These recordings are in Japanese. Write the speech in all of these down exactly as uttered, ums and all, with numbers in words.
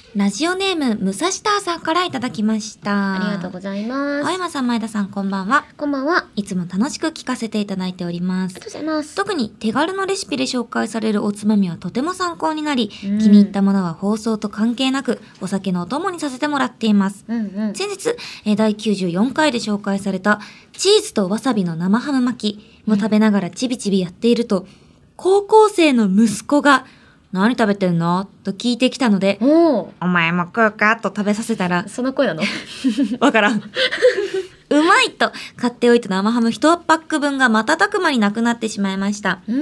ラジオネームムサシターさんからいただきました。 ありがとうございます。 青山さん、前田さん、こんばんは。 こんばんは。 いつも楽しく聞かせていただいております。 ありがとうございます。 特に手軽のレシピで紹介されるおつまみはとても参考になり、 うん、 気に入ったものは放送と関係なくお酒のお供にさせてもらっています。 うんうん、 先日えだいきゅうじゅうよんかいで紹介されたチーズとわさびの生ハム巻きを食べながらちびちびやっていると、うん、高校生の息子が何食べてんのと聞いてきたので、お, お前も食うかと食べさせたら、 その声なのわからんうまいと買っておいた生ハムいちパック分が瞬く間になくなってしまいました、 うん、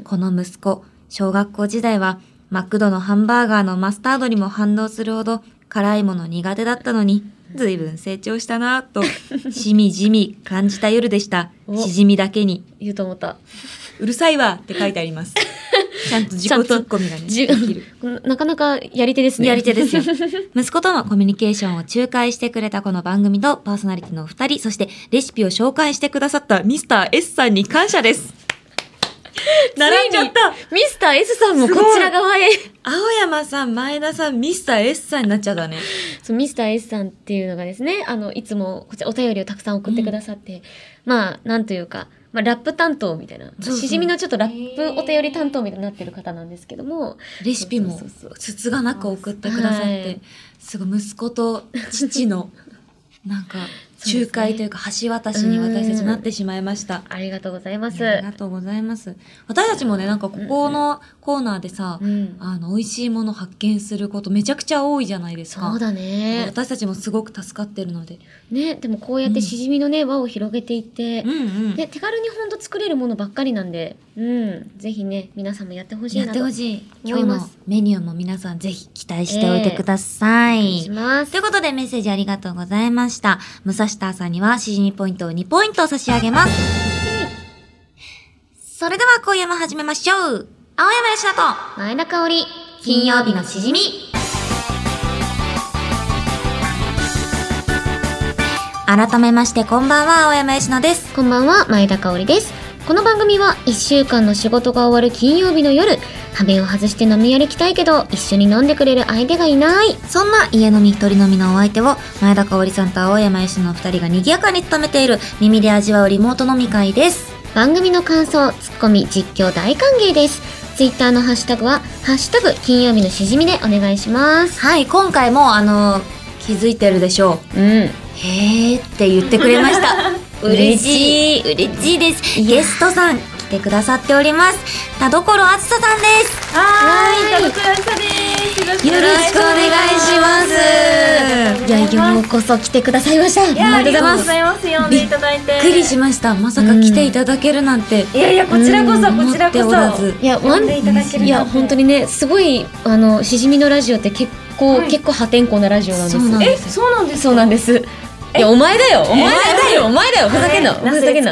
この息子、小学校時代はマクドのハンバーガーのマスタードにも反応するほど辛いもの苦手だったのに、ずいぶん成長したなぁとしみじみ感じた夜でした。しじみだけに言うと思った。 うるさいわって書いてありますちゃんと自己ツッコミがねできる。 なかなかやり手ですね。 やり手ですよ息子とのコミュニケーションを仲介してくれたこの番組とパーソナリティのお二人、そしてレシピを紹介してくださったミスター S さんに感謝です並んじゃった。 ミスター S さんもこちら側へ。 青山さん、前田さん、ミスター S さんになっちゃったね。 そう、ミスター S さんっていうのがですね、あの、いつもこちらお便りをたくさん送ってくださって、うん、まあ、なんというか、まあ、ラップ担当みたいな、そうそう、しじみのちょっとラップお便り担当みたいになってる方なんですけども、 レシピもつつがなく送ってくださって、はい、すごい息子と父のなんか仲介というか橋渡しに私たちなってしまいました。 ありがとうございます。 ありがとうございます。私たちもね、なんかここのコーナーでさ、うん、あの美味しいもの発見することめちゃくちゃ多いじゃないですか。 そうだね。 私たちもすごく助かってるので。 ね、でもこうやってしじみのね、輪を広げていって、 うんうん、 で手軽にほんと作れるものばっかりなんで、うん、ぜひね皆さんもやってほしいなと思います。 やってほしい。今日のメニューも皆さんぜひ期待しておいてください。 えー、お願いします。 ということでメッセージありがとうございました。ムサシターさんにはしじみポイントをにポイント差し上げます。それでは今夜も始めましょう。青山よしなと前田香織、 金曜日のしじみ。改めましてこんばんは、青山よしのです。 こんばんは、前田香織です。この番組はいっしゅうかんの仕事が終わる金曜日の夜、羽目を外して飲み歩きたいけど一緒に飲んでくれる相手がいない、 そんな家飲み一人飲みのお相手を前田香織さんと青山よしの二人が賑やかに務めている耳で味わうリモート飲み会です。 番組の感想、ツッコミ、実況大歓迎です。ツイッターのハッシュタグはハッシュタグ金曜日のしじみでお願いします。 はい、今回もあの気づいてるでしょう。 うん。へーって言ってくれました嬉しい嬉しいです。ゲストさん来てくださっております。田所あずささんです。 はーい、田所あずさです。 よろしくお願いします。 いや、ようこそ来てくださいました。 いや、ありがとうございます。呼んでいただいてびっくりしました。まさか来ていただけるなんて、 いやいや、こちらこそこちらこそいや、呼んでいただける、いや、本当にね、すごいあのしじみのラジオって結構、はい、結構破天荒なラジオなんです。 え、そうなんですか。 そうなんです。いや、お前だよ、お前だよ、お前だよ、ふざけんな、ふざけんな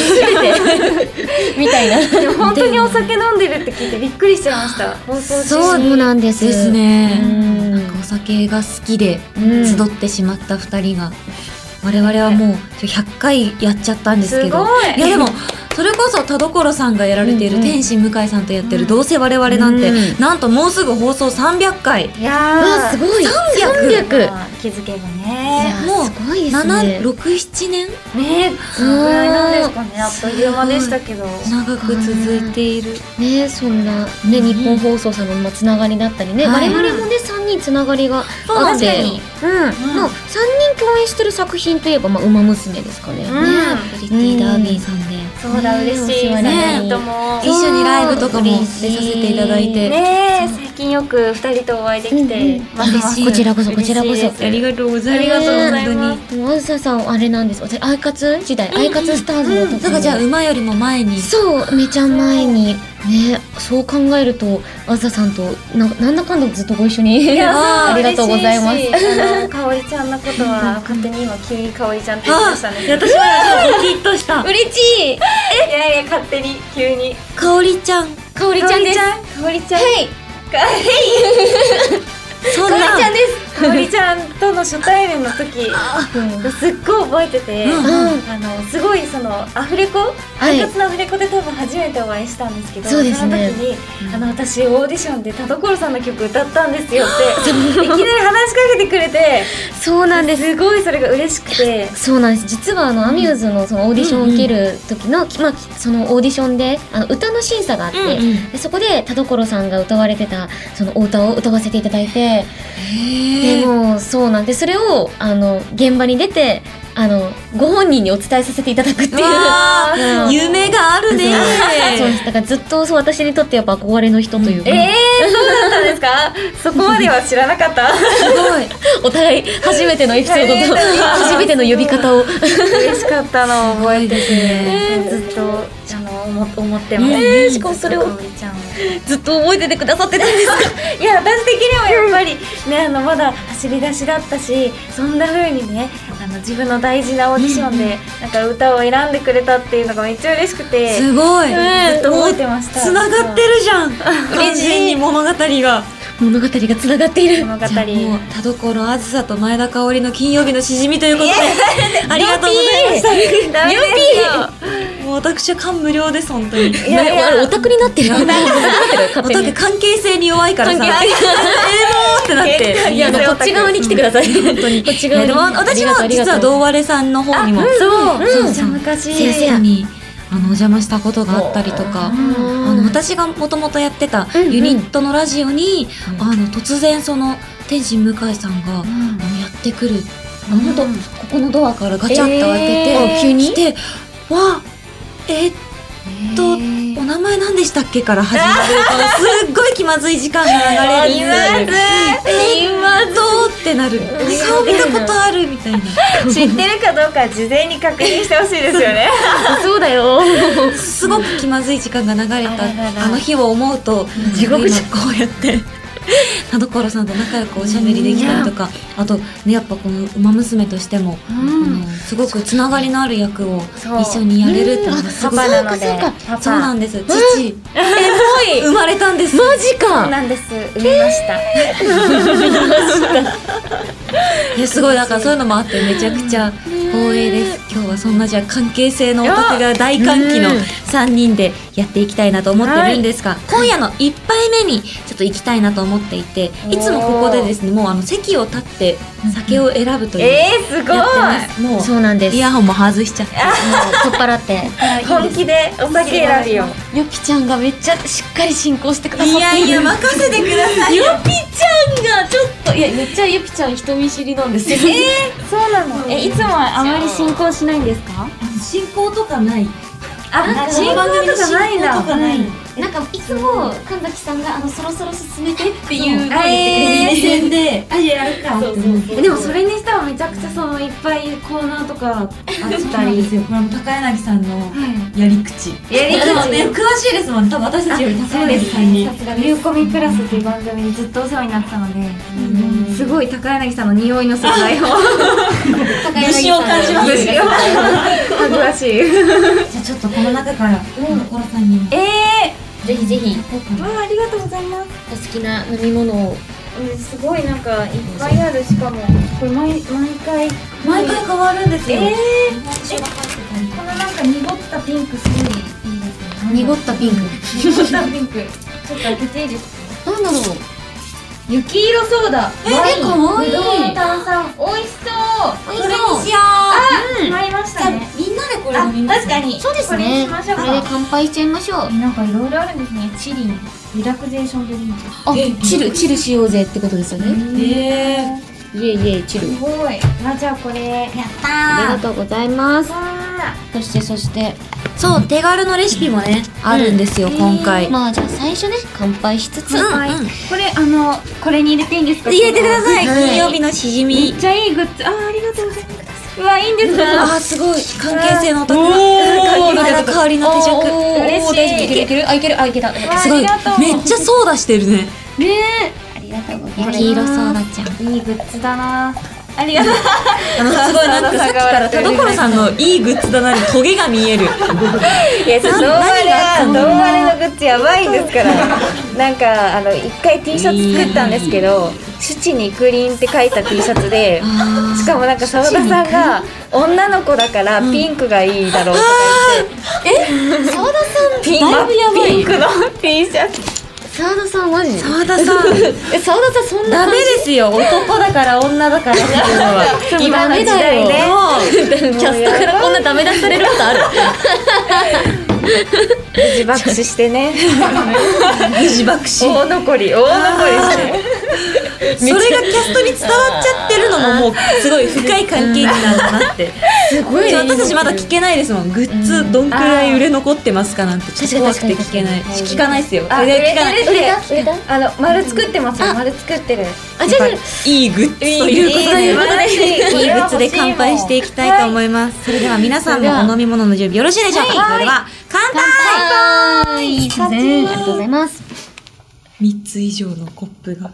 みたいな。 でも本当にお酒飲んでるって聞いてびっくりしちゃいました。 そうなんですですね。なんかお酒が好きで集ってしまった二人が、我々はもうひゃっかいやっちゃったんですけど、いやでもそれこそ田所さんがやられている天心向井さんとやってるどうせ我々なんて、なんともうすぐ放送さんびゃっかい。 いやー、すごい。さんびゃく気づけばね、 もうすごいですね。 なな、ろく、ななねんね、そのぐらいなんですかね。あっという間でしたけど長く続いているね。そんなね、日本放送さんのつながりだったりね、我々もねさんにんつながりがあって、うん、もうさんにん共演してる作品といえば、まあ、ウマ娘ですかね。ね、 プリティダービーさんで、 そうだ、嬉しいね。 一緒にライブとかも出させていただいてね、最近よくふたりとお会いできて、 こちらこそこちらこそありがとうございます。 ありがとうございます。 あずささんあれなんです。私アイカツ時代、アイカツスターズの時、 だからじゃあ馬よりも前に、 そうめちゃ前にね、そう考えるとあずささんと な, なんだかんだずっとご一緒にありがとうございます。 あのかおりちゃんのことは勝手に今急にかおりちゃんって言ってましたね。 私はドキッとした。 嬉しい。 いやいや、勝手に急にかおりちゃん、 かおりちゃんです。 かおりちゃん、 はい、 かおりそんなかおりちゃんです。 かおりちゃさんとの初対面の時すっごい覚えてて、 うんあのすごいそのアフレコ、部活のアフレコで多分初めてお会いしたんですけど、 そうですねその時に、あの私オーディションで田所さんの曲歌ったんですよっていきなり話しかけてくれて、 そうなんです。 すごいそれが嬉しくて。 そうなんです。実はあのアミューズのそのオーディションを受ける時の、まあそのオーディションであの歌の審査があって、 うんうんでそこで田所さんが歌われてたそのお歌を歌わせていただいて、でもそうなんで、それをあの現場に出てあのご本人にお伝えさせていただくっていうわーうん夢があるねそうです。だからずっとそう私にとってやっぱ憧れの人というか、 えー、そうだったんですか？そこまでは知らなかった。 すごいお互い初めてのエピソードと初めての呼び方を嬉しかったのを覚えてて、 えずっとあの思思ってます。 えーしかもそれをかおりちゃんをずっと覚えててくださってたんですか？ いや私的にもやっぱりね、あのまだ走り出しだったし、そんな風にね、あの自分の大事なオーディションでなんか歌を選んでくれたっていうのがめっちゃ嬉しくて、 すごいずっと覚えてました。 つながってるじゃん完全に物語が物語がつながっている。 物語。 じゃあもう田所あずさと前田香織の金曜日のしじみということでありがとうございましたダメですよ。 もう私は感無量です本当にいやいやあれオタクになってる。 オタク関係性に弱いからさえ関係ーもうってなっていやあのこっち側に来てください。本当にこっち側に。 でも私も実は童話レさんの方にもそう、 そうめっちゃ昔先生にあのお邪魔したことがあったりとか、あの私がもともとやってたユニットのラジオに、あの突然その天心向井さんが、あのやってくる、あのほんとここのドアからガチャッと開けて、 えー急に来てわえーっと、お名前何でしたっけから始まるこのすっごい気まずい時間が流れる気まずいえー、どうってなる顔見たことあるみたいな知ってるかどうか事前に確認してほしいですよね。 そうだよ。 すごく気まずい時間が流れたあらららあの日を思うと、 地獄じゃん今こうやって田所さんと仲良くおしゃべりできたりとか、あとねやっぱこの馬娘としても、あのすごくつながりのある役をそう一緒にやれるっていうのがすごい、 パパなのでそうかパパそうなんです父生まれたんですマジそうか。 なんです。産みました。 いやすごいだからそういうのもあってめちゃくちゃ光栄です。今日はそんなじゃあ関係性のオタクが大歓喜のうんさんにんでやっていきたいなと思ってるんですが、今夜のいっぱいめにちょっと行きたいなと思っていて、いつもここでですねもうあの席を立って酒を選ぶというえー、すごいやってます。もうそうなんです。 イヤホンも外しちゃってもう取っ払って。 本気でお酒選びを。 よぴちゃんがめっちゃしっかり進行してくださっていやいや任せてくださいよ。 よぴちゃんがちょっといやめっちゃゆぴちゃん人見知りなんですよ。 そうなの。え、いつもはあまり進行しないんですか？ 進行とかない。 あ、進行とかないんだ。 進行とかないなんかいつも神崎さんがあのそろそろ進めてっていうのを言ってくれる目んですよ。 線であじゃあやるかって思ってえでもそれにしてはめちゃくちゃそのいっぱいコーナーとかあっそうたり。 なんですよ。これも高柳さんのはい。 やり口。 やり口でもね詳しいですもん。多分私たちより高柳さんに。 さすがミューコミプラスっていう番組にずっとお世話になったので、すごい高柳さんの匂いの世界を高柳さん虫を感じます虫を恥ずかしい。 じゃあちょっとこの中から所さんにも。 えぜひぜひー、わあ、ありがとうございます。 お好きな飲み物をうん、すごいなんかいっぱいある。しかもこれ毎毎回毎回変わるんですよ。 え日本酒が入ってたりとこか。 のなんか濁ったピンクすごいいいですね。 濁ったピンク。 濁ったピンク。ちょっと開けていいですか？ なんだろう。 雪色ソーダ。 えーかわいいぶどうの炭酸。美味しそう。 これにしよう。 決まりましじゃあたね。 みんなでこれ飲みます。 確かに。 そうですこれにね。 しましょうこれでか。 乾杯しちゃいましょう。 えなんかいろいろあるんですね。チリン、リラクゼーションドリンク。 あ、チルチルしようぜってことですよね。 えーイエイイエイチル。 すごい。あ、じゃあこれ。やっありがとうございます。 わそしてそしてそう手軽のレシピもねあるんですよ今回。 まあじゃあ最初ね乾杯しつつ、 うんはい。これあのこれに入れていいんですか？ 入れてください。 はい金曜日のしじめみっ。ちゃいいグッズ。あー、ありがとうございます。うわ、いいんですか？ あーすごい関係性のお宅がおー前田香織の手食。 嬉しい大丈夫いけるいけるあいけるあいけた。ねわすごいありがとうめっちゃソーダしてるね。 え。ありがとうございます。 焼き色ソーダちゃん。 いいグッズだな。 ありがとう。 あのすごいなんかさっきから田所さんのいいグッズだなにトゲが見える。 いや、ちょっと動画で動画でのグッズやばいんですから。なんかあの一回 T シャツ作ったんですけど、シュチにクリンって書いた T シャツで、しかもなんか澤田さんが女の子だからピンクがいいだろうとか言って、 え、澤田さんピンだいぶやばい。 ピンクの T シャツ。 澤田さんマジで。 澤田さんえ、澤田さんそんなダメですよ、男だから女だからっていうのは今の時代ね。 キャストからこんなダメ出しされることある？ 自爆死してね。 自爆死。 大残り大残りして。 それがキャストに伝わっちゃってるのももうすごい深い関係値なんだなって。 すごい。 私たちまだ聞けないですもん。グッズどんくらい売れ残ってますかなんてちょっと怖くて聞けない。聞かないですよ。 あ、 それで聞かない。 売れた売れた。あの丸作ってますよ。丸作ってる。 あ、じゃあいいグッズということで、いいグッズで乾杯していきたいと思います。それでは皆さんもお飲み物の準備よろしいでしょうか。それでは乾杯。 はい、すいません。ありがとうございます。 みっつ以上のコップが。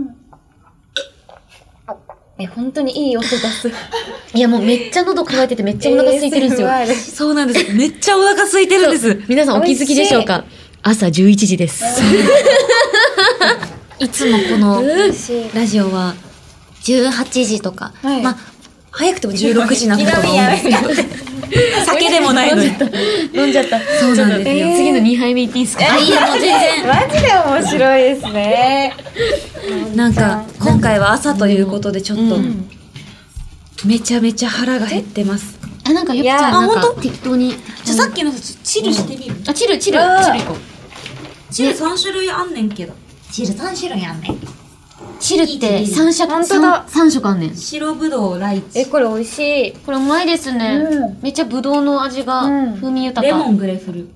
え、本当にいい音出す。 いやもうめっちゃ喉乾いててめっちゃお腹空いてるんですよ。 そうなんです。めっちゃお腹空いてるんです。 皆さんお気づきでしょうか。朝じゅういちじです。 いつもこのラジオはじゅうはちじとか、 はい、 まあ早くてもじゅうろくじなんだと思うんですけど。酒でもないのに飲んじゃった。 そうなんですよ。 次のにはいめいっていいですか？ あ、いいよ、もう全然。 マジで面白いですね。 なんか今回は朝ということでちょっとめちゃめちゃ腹が減ってます。 あ、なんかよくちゃんなんか適当に。 じゃさっきのチルしてみる。 あ、チルチルチル行こう。 チル三種類あんねんけど。チル三種類あんねん。 チルって三色、 本当だ、 三色あんねん。 白ぶどうライチ。 え、これ美味しい。 これうまいですね。めっちゃぶどうの味が風味豊か。 レモングレフル。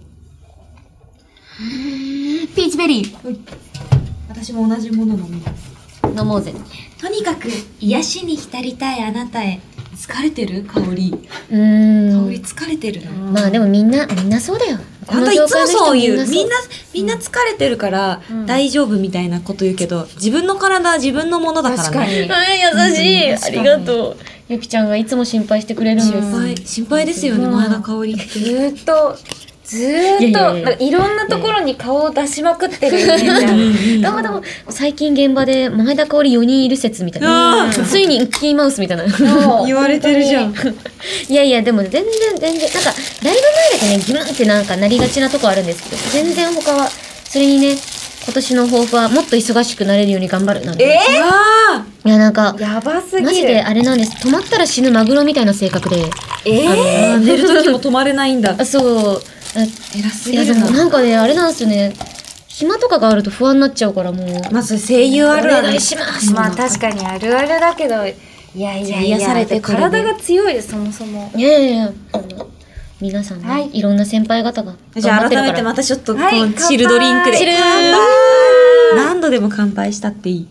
ピーチベリー。 私も同じもの飲みます。 飲もうぜ。 とにかく癒しに浸りたいあなたへ。疲れてる？香り。 うーん。 香り疲れてるな。 まあでもみんなみんなそうだよ。 あといつもそう言う。みんなみんな疲れてるから大丈夫みたいなこと言うけど、自分の体は自分のものだからね。 確かに。 優しい。ありがとう。ゆきちゃんがいつも心配してくれるんです。 心配心配ですよね。前田香織ってずーっと。ずーっとい, い, いろんなところに顔を出しまくってるイメージ。 だから最近現場で前田香織よにんいる説みたいな。ついにキーマウスみたいな言われてるじゃん。 いやいやでも全然全然なんかライブ前だけねギュンってなんかなりがちなとこあるんですけど、全然他はそれにね今年の抱負はもっと忙しくなれるように頑張るなんで。 えー、いやなんかやばすぎる。 マジであれなんです。止まったら死ぬマグロみたいな性格で。 えー、あ寝る時も止まれないんだ。 あ、そう。 偉すぎるな。 いやでもなんかねあれなんですよね。暇とかがあると不安になっちゃうからもう。 まず声優あるある。 お願いします。 まあ確かにあるあるだけど、いやいやいや、 癒されて体が強いですそもそも。 いやいやいや、あの皆さんね、はい、いろんな先輩方がじゃあ改めてまたちょっとこのチルドリンクで、 チル何度でも乾杯したっていい。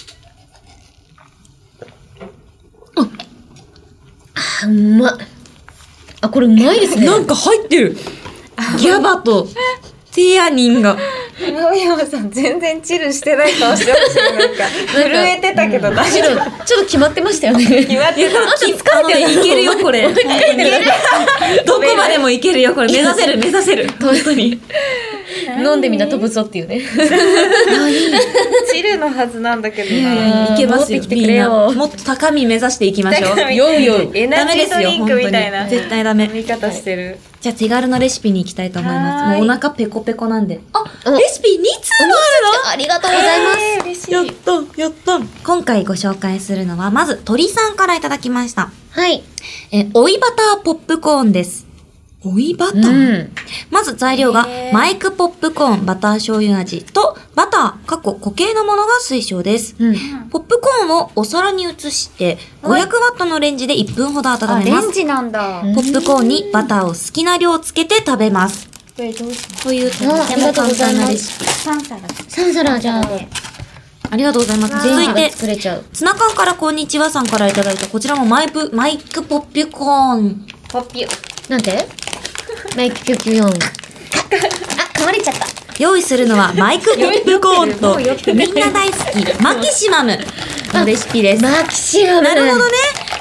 あ、あ、うまっ。あ、これうまいですね。 なんか入ってる。ギャバとテアニンが。 青山さん全然チルしてない顔してましたよ。なんか震えてたけど大丈夫。 ちょっと決まってましたよね。 決まってた。 あんた疲れてる。いけるよこれ。本当に。どこまでもいけるよこれ。目指せる目指せる。本当に。 飲んでみんな飛ぶぞっていうね。 チルのはずなんだけどな。いけますよ。みんなもっと高み目指していきましょう。よいよい。 エナジードリンクみたいな絶対ダメ。 飲み方してる。 じゃあ手軽のレシピに行きたいと思います。もうお腹ペコペコなんで。あ、 レレシピにつうもあるの？ ありがとうございます。 嬉しい。 やったやった。今回ご紹介するのはまず鳥さんからいただきました。 はい。 え、追いバターポップコーンです。追いバター、うん、まず材料がマイクポップコーンバター醤油味とバター過去固形のものが推奨です、うん、ポップコーンをお皿に移してごひゃくワットのレンジでいっぷんほど温めます。 レンジなんだ。 ポップコーンにバターを好きな量つけて食べます。というとても簡単なレシピ。 さんさらさんさらじゃあありがとうございます。続いて、 作れちゃう。 ツナ缶からこんにちはさんからいただいたこちらもマイプ、マイクポップコーン。 ポッピュ。 なんてマイクピュピュヨン。あ、噛まれちゃった。 用意するのはマイクポップコーンとみんな大好きマキシマムのレシピです。 マキシマム。 なるほどね。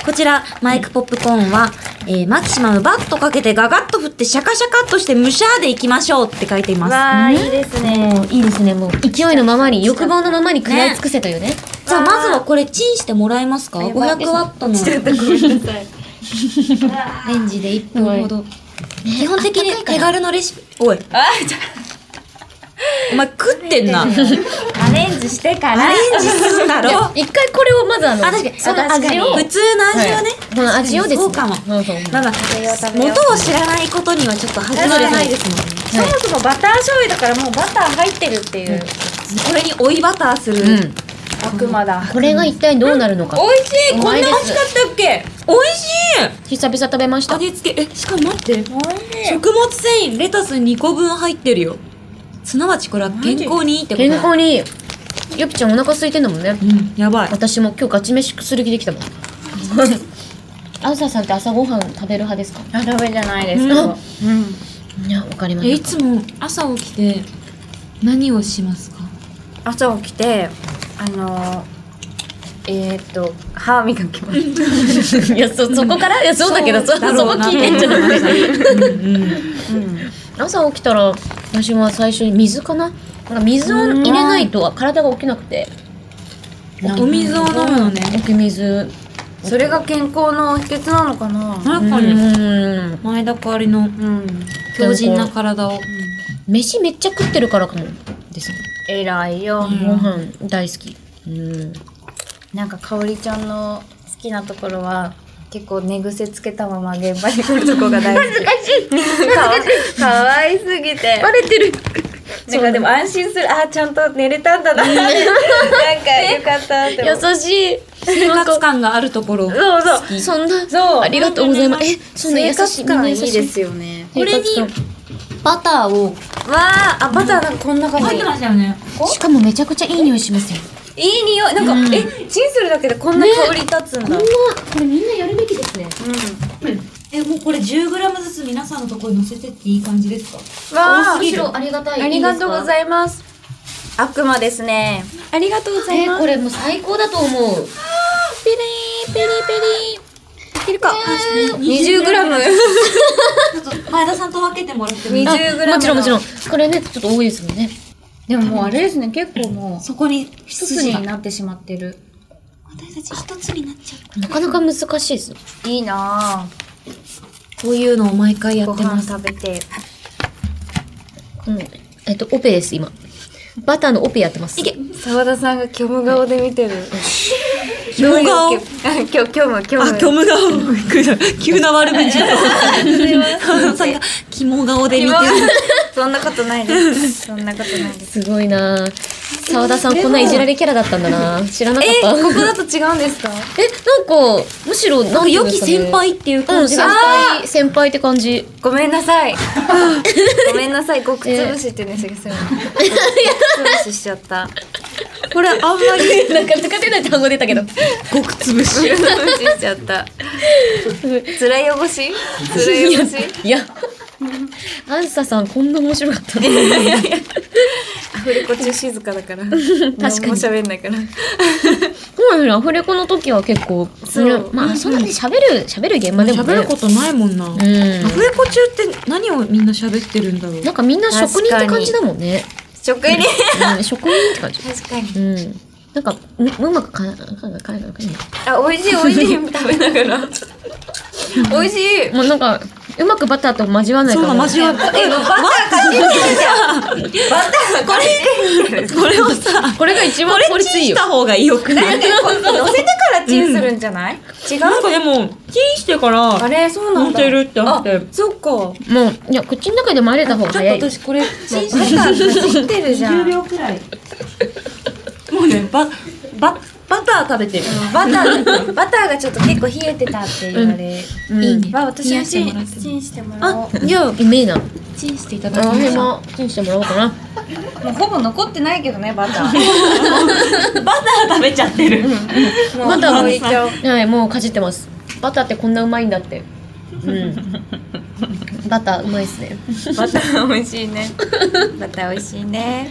こちら、マイクポップコーンは、えー、マキシマムバッとかけてガガッと振ってシャカシャカっとしてムシャーでいきましょうって書いています。 わあ、いいですね。 もういいですね。もう勢いのままに、欲望のままに食らい尽くせというね。 じゃあまずはこれチンしてもらえますか？ ごひゃく ワットのちょっとごめんなさい。 レンジでいっぷんほど。基本的に手軽のレシピ。おい。 あ、じゃお前食ってんな。 アレンジしてから。 アレンジするだろ。 一回これをまずあの、 あ、確かに、その確かに味を、普通の味をね。 この味をですね。 そうかも。 そうそう。 まあまあ、 食べよう食べよう元を知らないことにはちょっと始まれないですもんね。 そもそもバター醤油だからもうバター入ってるっていう。 これに追いバターする。 うん。 悪魔だ。 これが一体どうなるのか。 美味しい。こんな美味しかったっけ？美味しい。 久々食べました。 味付け、え、しかも待って。 美味しい。 食物繊維、レタスにこぶん入ってるよ。すなわちこれは健康にいいってことだ。 健康にいい。ゆぴちゃんお腹空いてんだもんね。 うん、やばい。 私も今日ガチ飯する気できたもん。あずささんって朝ごはん食べる派ですか？ あ、食べじゃないですけうんど。うん。 いや、わかりまえ、いす。 つも朝起きて何をしますか？ 朝起きて、あのー、えーっと、歯磨きます。 いや、そ、そこからいや、そうだけど、そ、そこ聞いてんじゃなくて。 うん。 朝起きたら、私は最初に水かな？なんか水を入れないと体が起きなくて。 お水を飲むのね。 起き水。 それが健康の秘訣なのかな。 なんかね、 うん。 前田香織のうん。 強靭な体を。 飯めっちゃ食ってるからかも。ですね。 偉いよ。 うんご飯大好き。うん。 なんかかおりちゃんの好きなところは結構寝癖つけたまま現場に来るとこが大好き。恥ずかしい。かわかわいすぎて。 バレてる。 なんかでも安心する。あ、ちゃんと寝れたんだな。なんかよかったって思う。 優しい。 生活感があるところ。 そうそう。 そんな、 そう。 ありがとうございます。え、そんな優生しい。 活感いいみんな優しですよね。 これにバターをわあ、あ、バターなんかこんな感じ。 したよね。 しかもめちゃくちゃいい匂いしますよ。 いい匂い。なんか、 うんえ、チンするだけでこんな香り立つんだ。 こんな、これみんなやるべきですね。 え、もうこれ じゅうグラム ずつ皆さんのところに乗せてっていい感じですか？ うん。わあ、 むしろありがたい。 ありがとうございます。悪魔ですね。ありがとうございえー、 ます。 これもう最高だと思う。 ペリーペリペリいけるか。にじゅうグラム。 前田さんと分けてもらってもいい？ にじゅうグラム。 もちろんもちろん。これね、ちょっと多いですもんね。 でももうあれですね、結構もうそこに一つになってしまってる。 私たち一つになっちゃう。 なかなか難しいですよ。 いいなこういうのを毎回ぁ。ご飯やってます。 食べて。 うん。えっと、オペです、今。バターのオペやってます。いけ澤田さんが虚無顔で見てる。 虚無顔？ あ、虚虚無虚無。 あ、虚無顔。急な悪口だ。澤田さんが肝顔で見てる。 そんなことないです。そんなことないです。 すごいなぁ。澤田さんこんないじられキャラだったんだなぁ。知らなかっえ、 た。 ここだと違うんですか？ え、なんか、むしろ、なんていうん良きですかね先輩っていううん、 感じが。 先輩、先輩って感じ。 ごめんなさい。ごめんなさい。ごくつぶしって言うんですけど、そういうの。ごくつぶししちゃった。 これあんまりなかなか出ない単語出たけど。 ごくつぶし。 ごくつぶししちゃった。つらい汚し？つらい汚し？ いや、あんささんこんな面白かったの。 アフレコ中静かだから。確かに何も喋んないから。 そうですね、アフレコの時は結構、 そうまあ、そんなに喋る、喋る現場でもね。 喋ることないもんな。アうん。 フレコ中って何をみんな喋ってるんだろう。 なんかみんな職人って感じだもんね。 職人。 うん、職人って感じ。 確かに。 うん。なんか、ううまくか、か、か、か、か、か、 あ、美味しい美味しい食べながら。美味しい。 もうなんか、うまくバターと交わないから。 そうな、交わった。え、バターかじってるじゃん。バターこれ、これをさ、 これが一番効これ率いいよ。 チンした方がいいよくない？ 乗せてからチンするんじゃない？違う？ なんかでも、チンしてからあれそうなんだ。 乗せるってあって。 そっか。 もう、いや、口の中で混ぜた方がちょ早い。 っと私これ、チンバしてターかじってるじゃん。 じゅうびょうくらい。もうね、バ、バ、バター食べてる。 バター、バターがちょっと結構冷えてたって言われ。 うんいいね。 わ、私もチ冷やしてもらってン、チンしてもらおう。 あ、じゃあ、 うめえな。 チンしていただきあ、 ましょう。 もチンしてもらおうかな。 もうほぼ残ってないけどね、バター。 バター食べちゃってる。 もうバター置いちゃおう。 はい、もうかじってます。バターってこんなうまいんだって。うん。バターうまいっすね。 バター美味しいね。バター美味しいね。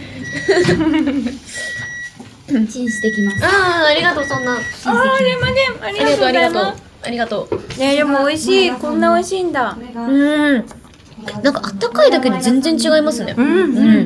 チンしてきます。 ああ、ありがとう、そんな。 あー、でもね、ありありがとう、ありがとう。 ありがとう。 ね、でも美味しい。こんな美味しいんだ。 うん。なんかあったかいだけで全然違いますね。 うんうん。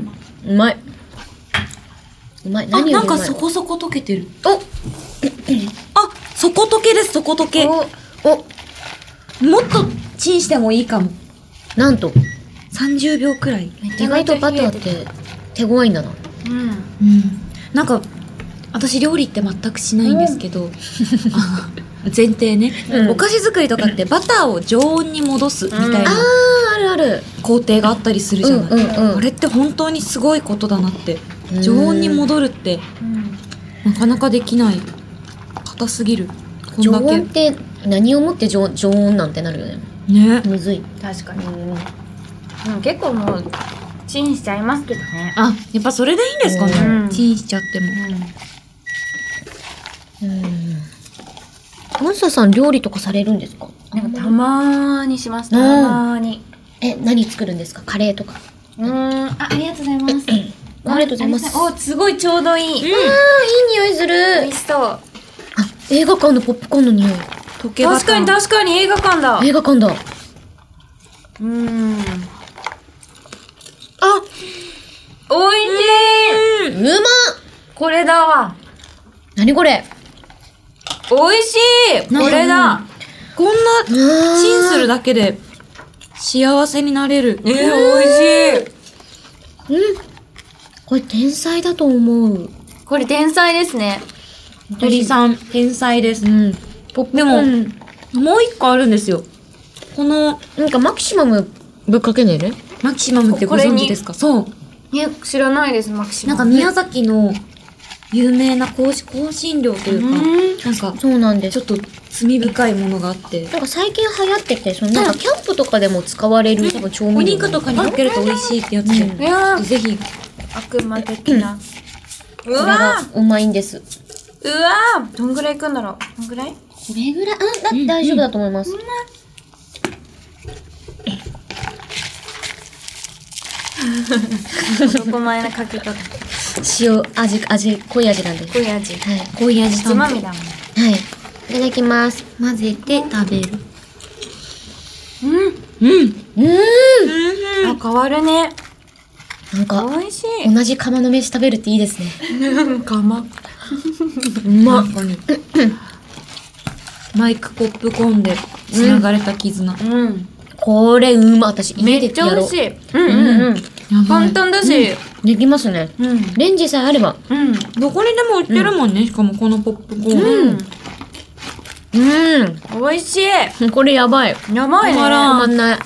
うまい。うまい。 あ、 何よりうまい。 なんかそこそこ溶けてる。 おあ、底溶けです、底溶け。 おおもっとチンしてもいいかも。 なんと。 さんじゅうびょうくらい。 意外とバターって手強いんだな。 うん。 うん。なんか、私料理って全くしないんですけど、あの前提ね、 うん、 お菓子作りとかってバターを常温に戻すみたいなあー、あるある。 工程があったりするじゃない。 うんうんうん、 あれって本当にすごいことだなって。 うん、 常温に戻るって、なかなかできない。硬すぎる。こん常だけ温って何をもって常常温なんてなるよね。 ね。 むずい。 確かに。うん、結構もうチンしちゃいますけどね。 あ、やっぱそれでいいんですかね。 うん、 チンしちゃっても。 うん。マンサさん料理とかされるんですか？ なんかたまーにします。たまーに。 え、何作るんですか？カレーとか。 うーん。あ、ありがとうございます。 ありがとうございます。 お、すごいちょうどいい。うん、 あー、いい匂いする。 美味しそう。 あ、映画館のポップコーンの匂い。 溶けバター。 確かに確かに映画館だ。 映画館だ。 うーん。 あ、 おいしい。 うまっ。 これだわ。 何これ。 おいしい。これだ。 こんなチンするだけで幸せになれる。 えー、おいしい。 うん。これ天才だと思う。 これ天才ですね。 鳥さん、天才です。うん。 ポップコでも、 ーンもう一個あるんですよ。この、 なんかマキシマムぶっかけねる？ マキシマムってご存知ですか？そう。 え、知らないです、マキシマム。 なんか宮崎の有名な香香辛料というか、なんか、 そうなんです。 ちょっと罪深いものがあって。 なんか最近流行ってて、そのなんかキャンプとかでも使われる多分調味料。 お肉とかにかけると美味しいってやつで、 うんいやー、 ぜひ。 悪魔的な。うこれわがうまいんです。 ー、うわー、どんぐらいいくんだろう。どんぐらい？ これぐらい、あ、だって大丈夫だと思います。 男前なかけ方。 塩味、味、濃い味なんです。 濃い味。 はい。 濃い味つまみだもん。 はい。いただきます。 混ぜて食べる。 うん。 うん。 うーん。 あ、変わるね。 なんか、 美味しい。 同じ釜の飯食べるっていいですね。 釜。 うまっ。 マイクポップコーンで繋がれた絆。 うん。 これうま。私、 め家でやろうっちゃ美味し。い。うんうんうん。 やばい簡単だし。 できますね。 うん。 レンジさえあれば。 うん。 どこにでも売ってるもんね、しかもこのポップコーン。 うん。 うん。 美味しい。 これやばい。 やばいね。 止まらたまんない。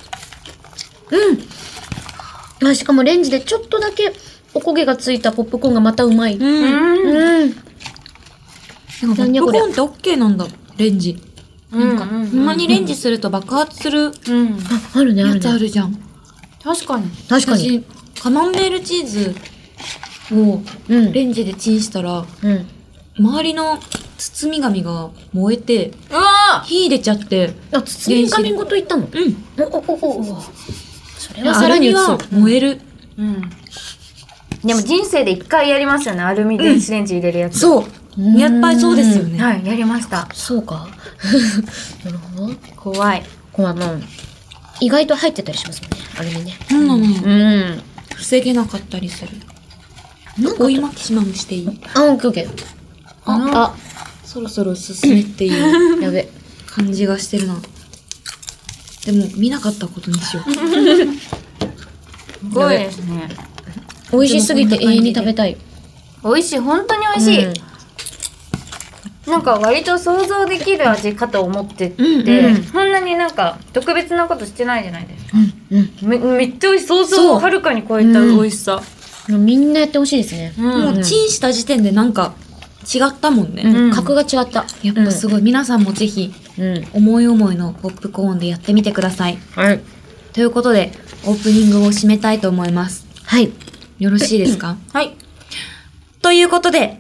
うん。あ、しかもレンジでちょっとだけおこげがついたポップコーンがまたうまい。 うん。 うん。 うん。 でもポップコーンってオッケーなんだ、レンジ。なんか、 うんうんうんほんまにレンジすると爆発するうん。 あ、あるね、あやるね。 つあるじゃん。 確かに。 確かに。 私、カマンベールチーズをうん。 レンジでチンしたら、 うん。 周りの包み紙が燃えて、 うわ火入れちゃって、 あ、包み紙ごといったの？ うん。 お、お、お、お、お。それはアさらにルミは打つ。 燃える。 ーうん。でも人生で一回やりますよね。アルミ電子レンジ入れるやつ。 そう。やっぱりそうですよね。 はい、やりました。 そうか。なるほど。 怖い。 こうあの、意外と入ってたりしますもんね、アルミね。 そうなのよ。 うん。 防げなかったりする。追いマキシマムしていい？ あ、オッケーオッケー。あ、 そろそろ進めっていうあ、やべ。 感じがしてるな。でも、見なかったことにしよう。 すごいですね。 美味しすぎて永遠に食べたい。 美味しい。本当に美味しい。 うんなんか割と想像できる味かと思ってて、 うんうんそんなになんか特別なことしてないじゃないですか。 うん。 めめっちゃ美味しい。想像をはるかに超えた美味しさ。 みんなやってほしいですね。 うんもうチンした時点でなんか違ったもんね。 うん。 うん格が違った。 やっぱすごい。皆さんもぜひうん。 思い思いのポップコーンでやってみてください。 はい。 ということで、オープニングを締めたいと思います。 はい。 よろしいですか？ はい。 ということで、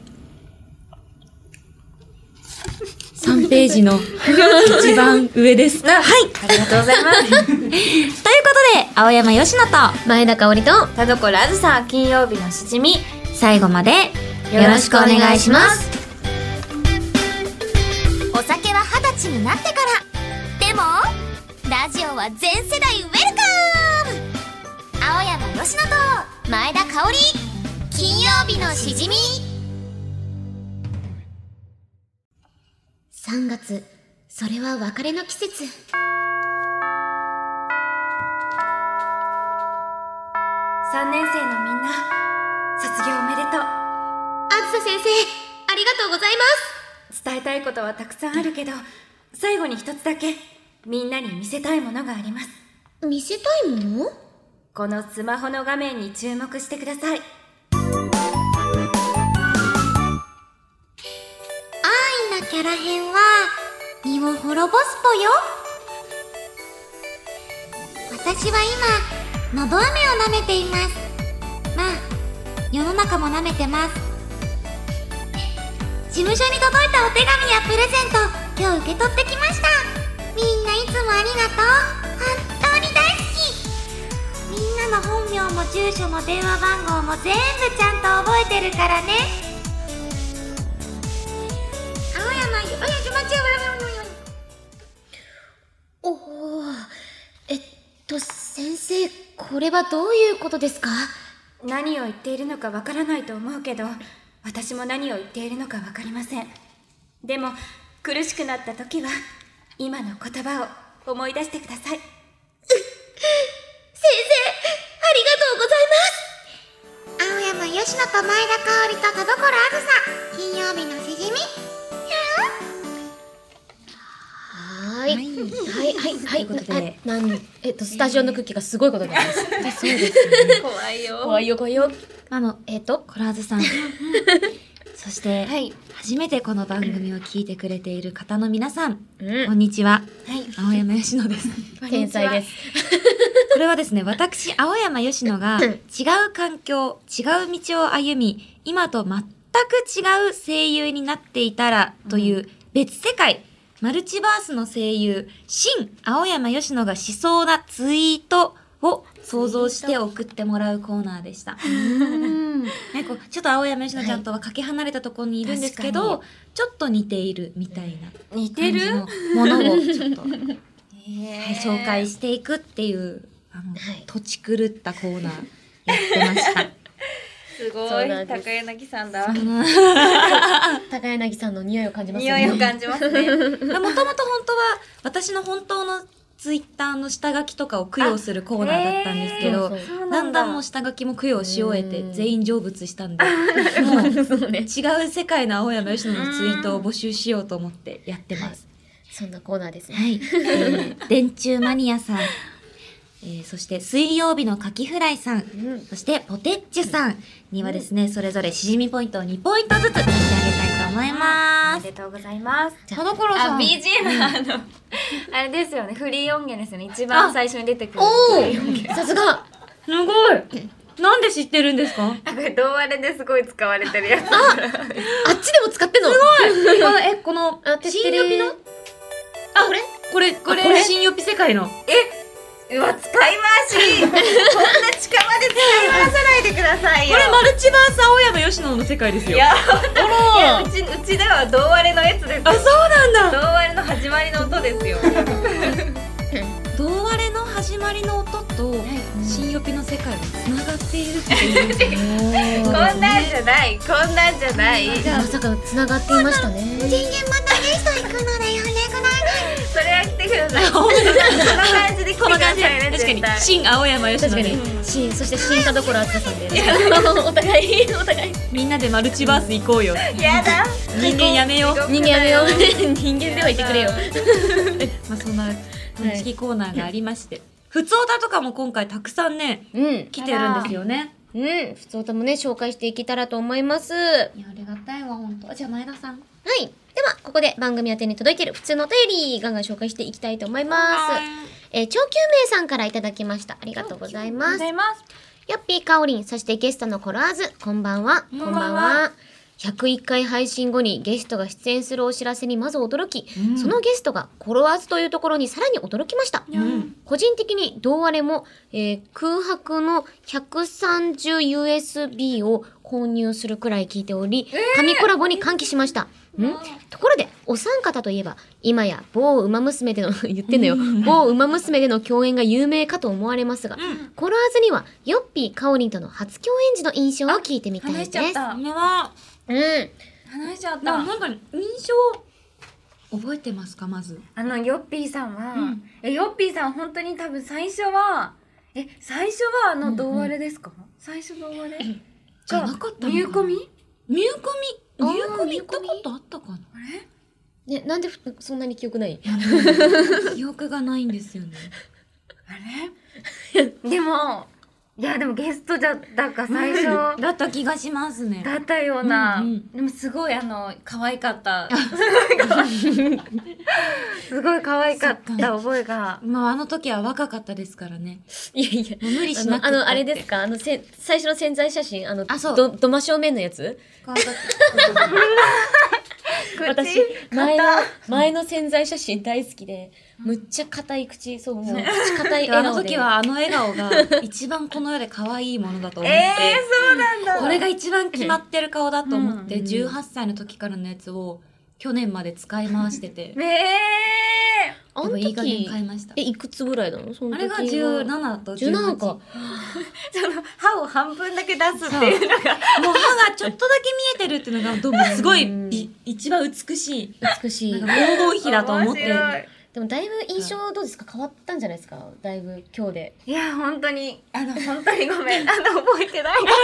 さんページの一番上です。はい。 ありがとうございます。 ということで、青山よしのと前田香織と、 田所あずさ、金曜日のしじみ。 最後までよろしくお願いします。 お酒は二十歳しになってから。でもラジオは全世代ウェルカム。青山佳乃と前田香織、金曜日のしじみ。 さんがつ、それは別れの季節。 さんねん生のみんな、卒業おめでとう。 あずさ先生、ありがとうございます。 伝えたいことはたくさんあるけど、最後に一つだけみんなに見せたいものがあります。 見せたいもの？ このスマホの画面に注目してください。 安易なキャラ編は身を滅ぼすぽよ。私は今のど飴を舐めています。まあ世の中も舐めてます。事務所に届いたお手紙やプレゼント、今日受け取ってきました。みんないつもありがとう。本当に大好き。みんなの本名も住所も電話番号も全部ちゃんと覚えてるからね。青山、おやじまちゃう。 おお、えっと先生、これはどういうことですか？ 何を言っているのかわからないと思うけど、私も何を言っているのかわかりません。でも苦しくなった時は今の言葉を思い出してください。先生、 ありがとうございます。青山佳乃と前田香織と田所あずさ、金曜日のしじみ。 はーい、はいはいはい、 ということで、 あなんえっとスタジオの空気がすごいことになります。 そうですね。 怖いよ。 怖いよ怖いよ。 あの、 えっとコラーズさん。そして、 はい。 初めてこの番組を聞いてくれている方の皆さん、 うんこんにちは。 はい。 青山佳乃です。 天才です。 これはですね、私、青山佳乃が違う環境、違う道を歩み、今と全く違う声優になっていたらという別世界、マルチバースの声優、新青山佳乃がしそうなツイートを想像して送ってもらうコーナーでした。ね、こうちょっと青山佳乃ちゃんとはかけ離れたところにいるんですけど、 はいちょっと似ているみたいな似てる感じのものをちょっと、はい、 へー紹介していくっていうあの、 はい土地狂ったコーナーやってました。 すごい。 そうなんです高柳さんだ。 高柳さんの匂いを感じます匂よね。 いを感じますね。 もともと本当は私の本当のツイッターの下書きとかを供養するコーナーだったんですけど、 そうそうそうだんだんもう下書きも供養し終えてうん全員成仏したんで、もうそうね。 違う世界の青山佳乃のツイートを募集しようと思ってやってます。 そんなコーナーですね。 はい。えー、電柱マニアさん、えー、そして水曜日のカキフライさん、 うんそしてポテッチュさんにはですね、それぞれしじみポイントをにポイントずつ差し上げたいと思いおます。 めでとうございます。 田所さあ、 ん。 ビージーエム あの、あれですよね、フリー音源ですよね。一番最初に出てくる。 おフリー音源お、さすが。 すごい。なんで知ってるんですか？ あ、これ、童話ですごい使われてるやつ。 あっちでも使ってんの？すごい。 このえこのあてってれー新予備のあ、これ？ これこれこれ新予備世界のうわ、使い回しこんな近場で使い回さないでくださいよ。 これマルチバース青山佳乃の世界ですよ。 いや、 あいやうち、うちでは童話のやつですよ。 あ、そうなん童だ。 話の始まりの音ですよ。 童話の始まりの音と新予備の世界がつながっているっていう。 こんなんじゃない、こんなんじゃない。 まさか繋がっていましたね。 全然またゲスト行くのだよね、このそれは来てください。この感じで来てくださいね、 確かに絶対。 新青山佳確か乃でに。新、そして新田所あずささんで。お互い、お互い。 みんなでマルチバース行こうよ。 やだ。 人間やめよう。 人間やめよう。人間ではいてくれよ。 まあそんなトンチキコーナーがありまして、ふつおたとかも今回たくさんねうん。 来てるんですよね。 うん。普通歌もね、紹介していけたらと思います。はいやありがたいわ本当。じゃあ前田さん。 い。では、ここで番組宛てに届いている普通のお便り、ガンガン紹介していきたいと思います。えー、長久名さんからいただきました。ありがとうございます。 ざいます。 よっぴーかおりん、そしてゲストのコロワーズ、こんばんは。こんばんは。ひゃくいっかい配信後にゲストが出演するお知らせにまず驚き、 うんそのゲストがコロワーズというところにさらに驚きました。 うん個人的に同割れも、えー空白の ひゃくさんじゅうユーエスビー を購入するくらい聞いており、神コラボに歓喜しました。 んところで、お三方といえば、今や某馬娘での、言ってんのよ、某馬娘での共演が有名かと思われますが、コロワーズには、ヨッピーかおりんとの初共演時の印象を聞いてみたいです。 話しちゃったこれは、 うん。 話しちゃっでもたなんか印象覚えてますかまず。 あのヨッピーさんは、 うんえヨッピーさん本当に多分最初はえ最初はあの胴割れですか、最初胴割れじゃなかったのかなミューコミミューコミ、 あーミューコミ行ったことあったかな。 あれね、なんでふそんなに記憶ない？ 記憶がないんですよね。 あれでもいやでもゲストだったか最初だった気がしますね。 だったような、 うんうんでもすごいあの可愛かったすごい可愛かった覚えがまああの時は若かったですからね。 いやいや。 もう無理あしなくての、あの、あれですかあの、せ、最初の潜在写真、あの、 あそうど、ど真正面のやつ私、前の、前の潜在写真大好きで、むっちゃ硬い口、そう、もう、口硬いあの笑顔で。 時はあの笑顔が一番この世で可愛いものだと思って、 えー、そうなんだこれが一番決まってる顔だと思って、 うんじゅうはっさいの時からのやつを去年まで使い回してて、 ねえあのでもいい加減時、 変えましたえ、。いくつぐらいなのその時はあれがじゅうななとじゅうはち。 じゅうななか。 その歯を半分だけ出すっていうのがもう歯がちょっとだけ見えてるっていうのがどうもすごいい一番美しい。 美しい。 なんか黄金比だと思って。 面白いでもだいぶ印象どうですか変わったんじゃないですかだいぶ今日で。 いや本当にあの本当にごめんあの覚えてない本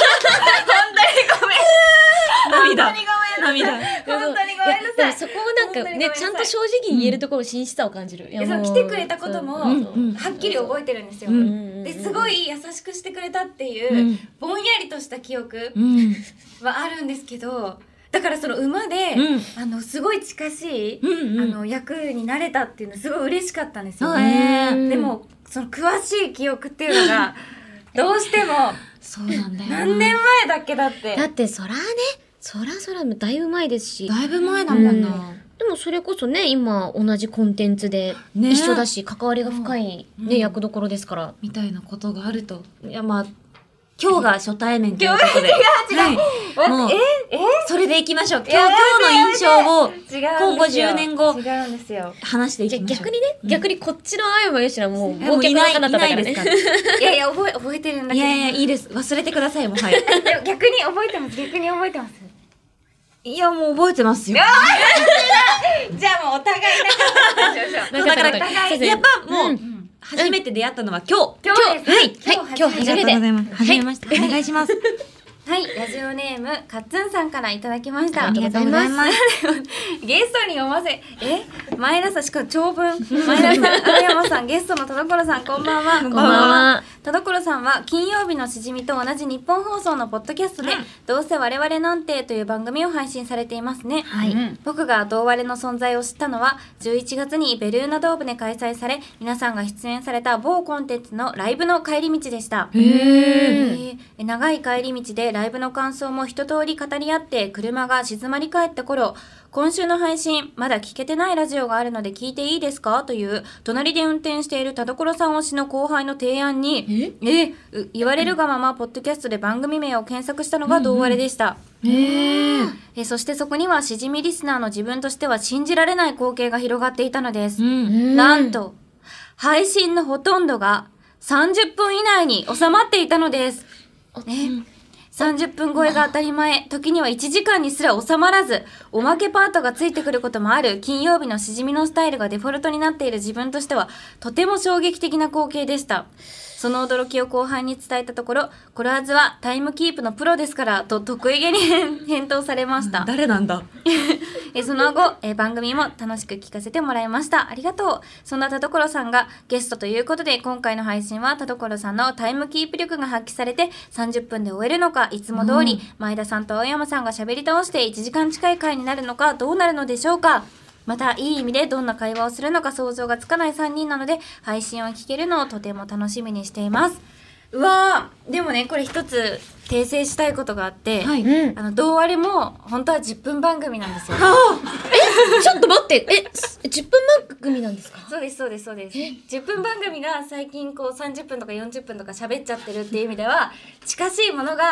当にごめん涙本当にごめんなさい涙。 本当にごめんなさいでもそこをなんか本当にごめんなさいねちゃんと正直に言えるところ真摯さを感じる。いやいやもそうう来てくれたこともそううんうんはっきり覚えてるんですよ、 うんですごい優しくしてくれたっていうう、 んぼんやりとした記憶うん。 はあるんですけどだからその馬で、 うんあのすごい近しい、 うんうんあの役になれたっていうのすごい嬉しかったんですよ、 そうねうんでもその詳しい記憶っていうのがどうしてもそうなんだよな。 何年前だっけだってだってそらねそらそらだいぶ前ですし。 だいぶ前だもんな。 でもそれこそね今同じコンテンツでね一緒だし、関わりが深い、ねうん役どころですから。 みたいなことがあると。いやまあ、今日が初対面ということで。はい。もう、 えそれでいきましょう。今いや日、今日の印象を違うんですよ今後じゅうねんご違うんですよ話していじゃあきましょう。 逆にね、逆にこっちのあやまよしらもうえもう忘却のいない、い彼方だからね。 ないですから。 いやいや覚え覚えてるんだけどいやいや、いいです。忘れてください、もう。はい。 でも逆に覚えてます逆に覚えてますいや、もう覚えてますよ。 じゃあもうお互いなかったでしょそうだから、 なかったそうそうやっぱもう、 うん初めて出会ったのは今日。 今日ですはいはい今日初めてありがとうございます。初めまして。お願いします。 はい、ラジオネームかっつんさんからいただきました。 ありがとうございますゲストに読ませ、え、前田さん、しかも長文。前田さん、青山さん、ゲストの田所さん、こんばんは。こんばんは。 田所さんは金曜日のしじみと同じ日本放送のポッドキャストで、どうせ我々なんてという番組を配信されていますね。 はいうん僕がどうわれの存在を知ったのは、じゅういちがつにベルーナドームで開催され、皆さんが出演された某コンテンツのライブの帰り道でした。 へー。 えー長い帰り道でライブの感想も一通り語り合って車が静まり返った頃、今週の配信まだ聞けてないラジオがあるので聞いていいですかという隣で運転している田所さん推しの後輩の提案にえーう言われるがままポッドキャストで番組名を検索したのがどうわれでした、 へー。 えーそしてそこにはしじみリスナーの自分としては信じられない光景が広がっていたのです、 うん。 なんと配信のほとんどがさんじゅっぷん以内に収まっていたのですね、さんじゅっぷん超えが当たり前、時にはいちじかんにすら収まらず、おまけパートがついてくることもある金曜日のしじみのスタイルがデフォルトになっている自分としては、とても衝撃的な光景でした。その驚きを後輩に伝えたところ、コラーズはタイムキープのプロですから、と得意げに返答されました。 誰なんだ。 えその後、え番組も楽しく聞かせてもらいました。ありがとう。そんな田所さんがゲストということで、今回の配信は田所さんのタイムキープ力が発揮されてさんじゅっぷんで終えるのか、いつも通り前田さんと青山さんが喋り倒していちじかん近い回になるのか、どうなるのでしょうか。また、いい意味でどんな会話をするのか想像がつかないさんにんなので、配信を聞けるのをとても楽しみにしています。うわー、でもね、これ一つ訂正したいことがあって、 はい。 うん。 あの、どうあれも本当はじゅっぷん番組なんですよ。 ちょっと待ってえすじゅっぷん番組なんですかそうですそうですそうですじゅっぷん番組が最近こうさんじゅっぷんとかよんじゅっぷんとか喋っちゃってるっていう意味では近しいものが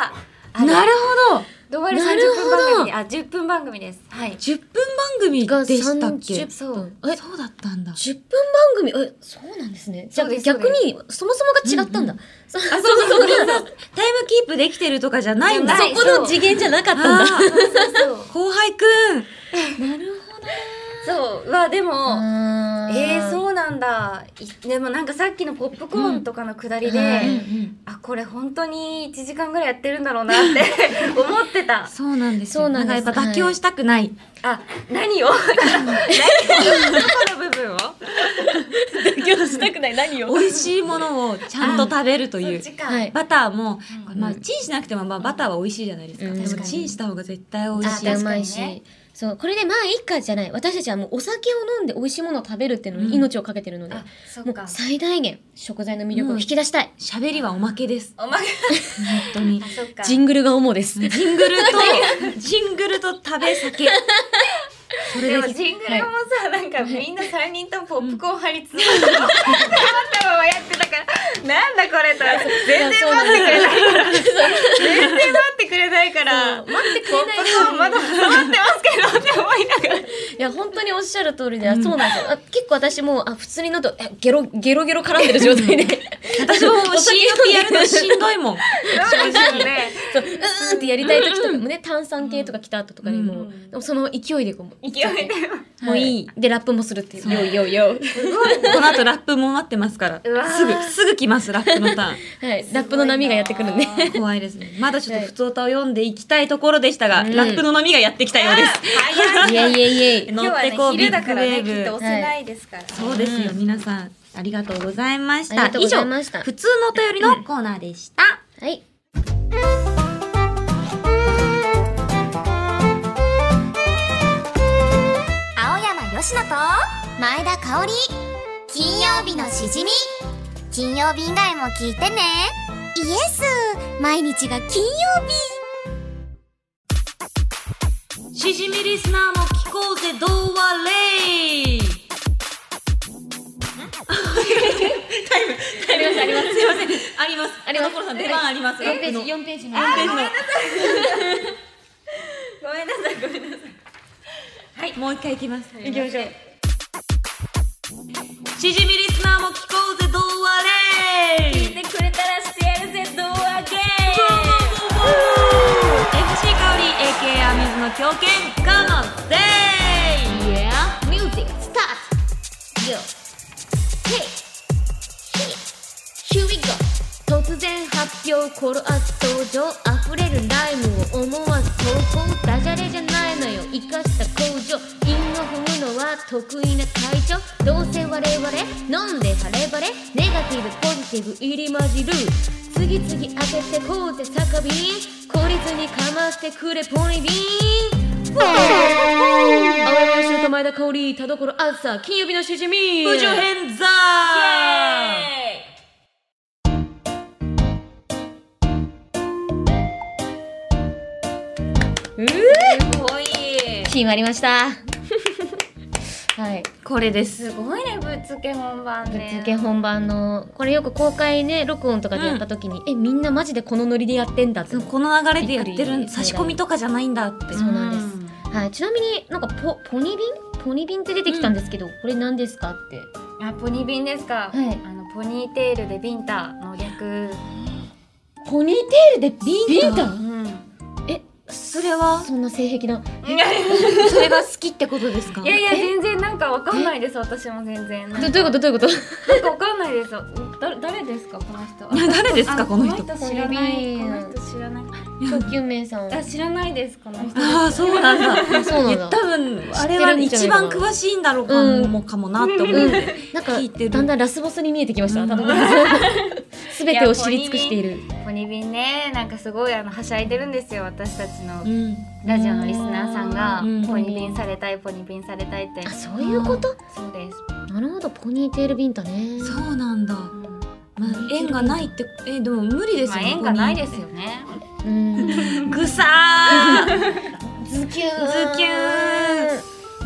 あるなるほど。 ドバレさんじゅっぷん番組あじゅっぷん番組です。はい。 じゅっぷん番組でしたっけ？ そうえ、そうだったんだ。 じゅっぷん番組、え、そうなんですね。じゃあ逆にそもそもが違ったんだ。 あ、そうそうそう。タイムキープできてるとかじゃないんだ。 そこの次元じゃなかったんだ。 そうそうそう。 後輩くん。 なるほど。 そう。わでもえー、 う。 そうなんだ。でもなんかさっきのポップコーンとかのくだりで、あ、これ本当にいちじかんぐらいやってるんだろうなって思ってた。 そうなんですよ。 そうなんです。 なんかやっぱ妥協したくない。 あ、何を何をどこの部分を妥協したくない何を美味しいものをちゃんと食べるという。 はい。 バターも、まあチンしなくてもまあバターは美味しいじゃないですか。でもチンした方が絶対美味しい。 うまいし。そう、これでまあいいかじゃない。私たちはもうお酒を飲んで美味しいものを食べるっていうのに命をかけてるので、もう最大限食材の魅力を引き出したい。 喋りはおまけです。 おまけ。 本当に。 ジングルが主です。 ジングルと、ジングルと食べ酒。 それでもジングルもさ、なんかみんなさんにんともポップコーン張り詰まったままやってたから、なんだこれと全然待ってくれないから全然待ってくれないから待ってくれないポップコーンまだ挟まってますけどって思いながら、いや本当におっしゃる通りで、そうなんですよ。あ、結構私もあ普通に飲むとゲロゲロゲロ絡んでる状態で私も シーエム やるのしんどいもん。 正直ね、 そう、うーんってやりたい時とかもね、炭酸系とか来た後とかにもその勢いでこう勢いでもういいでラップもするっていう。よいよいよ。 この後ラップも待ってますから。 うわーすぐ、すぐ来ます、ラップのターン。 はい、ラップの波がやってくるんで。 怖いですね。まだちょっと普通歌を読んでいきたいところでしたが、 うんラップの波がやってきたようです。 早い。 イエイイエイイエイ。 今日はね乗ってこう、ビ昼だッグウからねきっとェーブ。 押せないですから。 そうですよ、皆さん。ありがとうございました。 ありがとうございました以上、普通のお便りのコーナーでした。 はい。 青山よしのと前田香織、金曜日のしじみ。金曜日以外も聞いてね。イエス、毎日が金曜日。 しじみリスナーも聞こうぜ、どうわれい。タイム、タイムあります、すいません。あります。 あります。 所さん、出番あります。 よんページ、よんページの。 あー、ごめんなさい。ごめんなさい、ごめんなさい。 はい、もう一回いきます。 行きましょう。 しじみリスナーも聞こうぜ、どうわれい。 聞いてくれたらしてやるぜ、どうあげー。 エフシー 香り エーケー アミューズの狂犬カモンデイ。 Yeah, music start. Yo, hey, here we go. 突然発表、コロアス登場、溢れるライムを思わず投稿。ダジャレじゃないのよ、生かした工場。韻を踏むのは得意な隊長。どうせ我々飲んで晴れ晴れ、ネガティブポジティブ入り混じる。次々開けてこうぜ酒瓶、懲りずにかましてくれポニビン。青山吉と前田香織、田所あずさ、金曜日のしじみ。 プジョヘンザー。 うすごい。 決まりましたはい、 これです。 すごいね、ぶっつけ本番ぶっね。 つけ本番のこれよく公開ね録音とかでやった時に、うん、えみんなマジでこのノリでやってんだって。 この流れでやってるん、差し込みとかじゃないんだって。 そうなんです、はい。ちなみになんかポポニビンポニビンって出てきたんですけど、うん、これ何ですかって。 あ、ポニビンですか。 はい、 あのポニーテールでビンタの略。 ポニーテールでビンタ、うん、えそれはそんな性癖なそれが好きってことですか？ いやいや、全然なんかわかんないです。私も全然。 どどういうことどういうこと？ なんかわかんないですよ。だ誰ですかこの人？ 誰ですかこの人？ この人知らない。この人知らない。 特急名さん。 あ、知らないですこの人。 ああ、そうなんだ。 そうなんだ。 多分あれは一番詳しいんだろうかもかもなって思ってなんかだんだんラスボスに見えてきました。すべてを知り尽くしている。 ポニビンね、なんかすごいあのはしゃいでるんですよ。私たちのラジオのリスナーさんがポニビンされたいポニビンされたいって。 あ、そういうこと？ そうです。 なるほど、ポニーテールビンタね。 そうなんだ。まあ縁がないってえでも無理ですよね。 縁がないですよね。 うん。 ぐさー。 ズキューズキュー。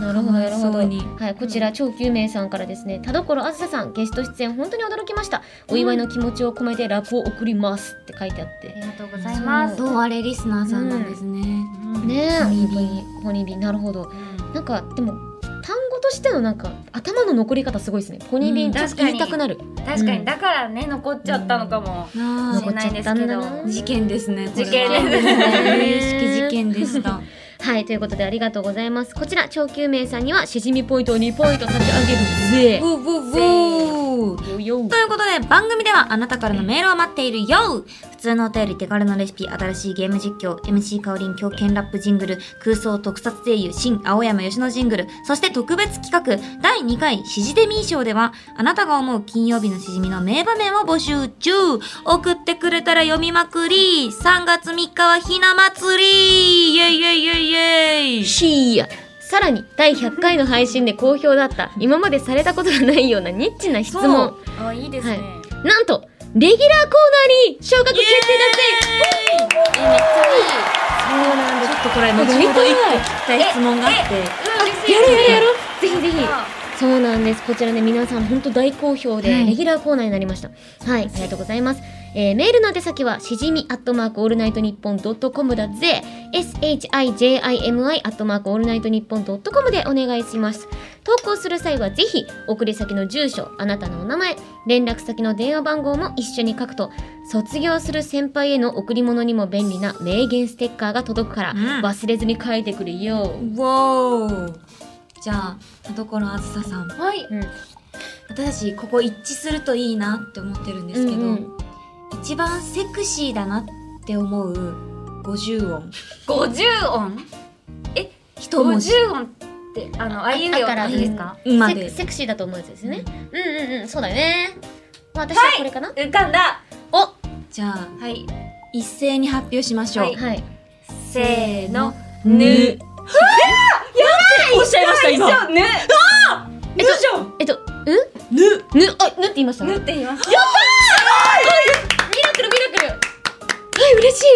なるほどなるほど。 かわいそうにはい、こちら超救命さんからですね、田所あずささんゲスト出演本当に驚きました。お祝いの気持ちを込めてラップを送りますって書いてあっありて。 がとうございます。 どうあれリスナーさんなんですね。 ねえ、 ホニービー本当にホニービー、なるほど。なんかでも単語としてのなんか頭の残り方すごいですね。ポニービーン、 うんちょっと言いたくなる。 確かに、 うんだからね残っちゃったのかもしあれないんですけど。 残っちゃったんだな事件ですね。これは事件です有識事件でした。 はい、ということでありがとうございます。こちら超救命さんにはしじみポイントをにポイント差し上げるぜ。 ウォウォウォーよよということで番組ではあなたからのメールを待っているよ。普通のお便り、手軽のレシピ、新しいゲーム実況、 エムシー かおりん狂犬ラップジングル、空想特撮声優新青山吉野ジングル、そして特別企画だいにかいしじデミー賞ではあなたが思う金曜日のしじみの名場面を募集中。送ってくれたら読みまくり。さんがつみっかはひな祭り、イエイイエイイエイイエイ。 シーヤ。さらにだいひゃっかいの配信で好評だった今までされたことがないようなニッチな質問。 あ、いいですね。 なんとレギュラーコーナーに昇格決定だぜ。 えめっちゃいい。 そうなんです。 ちょっとこれ後ほど一個聞きたい質問があって、 やろうやろうやろう。ぜひぜひ。そうなんです。こちらね、皆さん本当大好評で、 はいレギュラーコーナーになりました。はい、ありがとうございます。えー、メールの宛先はしじみアットマークオールナイトニッポンドットコムだぜ。エスエイチアイジェイアイエムアイ アットマークオールナイトニッポンドットコムでお願いします。投稿する際はぜひ送り先の住所、あなたのお名前、連絡先の電話番号も一緒に書くと、卒業する先輩への贈り物にも便利な名言ステッカーが届くから、 うん忘れずに書いてくれよ。 ウォー。じゃあ田所あずささん、 はい。 うん。 私たちここ一致するといいなって思ってるんですけど、 うんうん一番セクシーだなって思うごじゅう音五十音。 一文字五十音ってあのあいうえおってことですか？ セまでクセクシーだと思うやつですね。うんうんうん、そうだよね。まあ私はこれかな。 浮かんだ。 お、 じゃあはい。 一斉に発表しましょう、 はいはい。 せーの。 ぬぬ。 おっしゃいました今ぬ。 えっと、えっと、うん？ ぬぬ、あ、ぬって言いました。 ぬっミて言います。 ラクルミラクル。はい、嬉しい。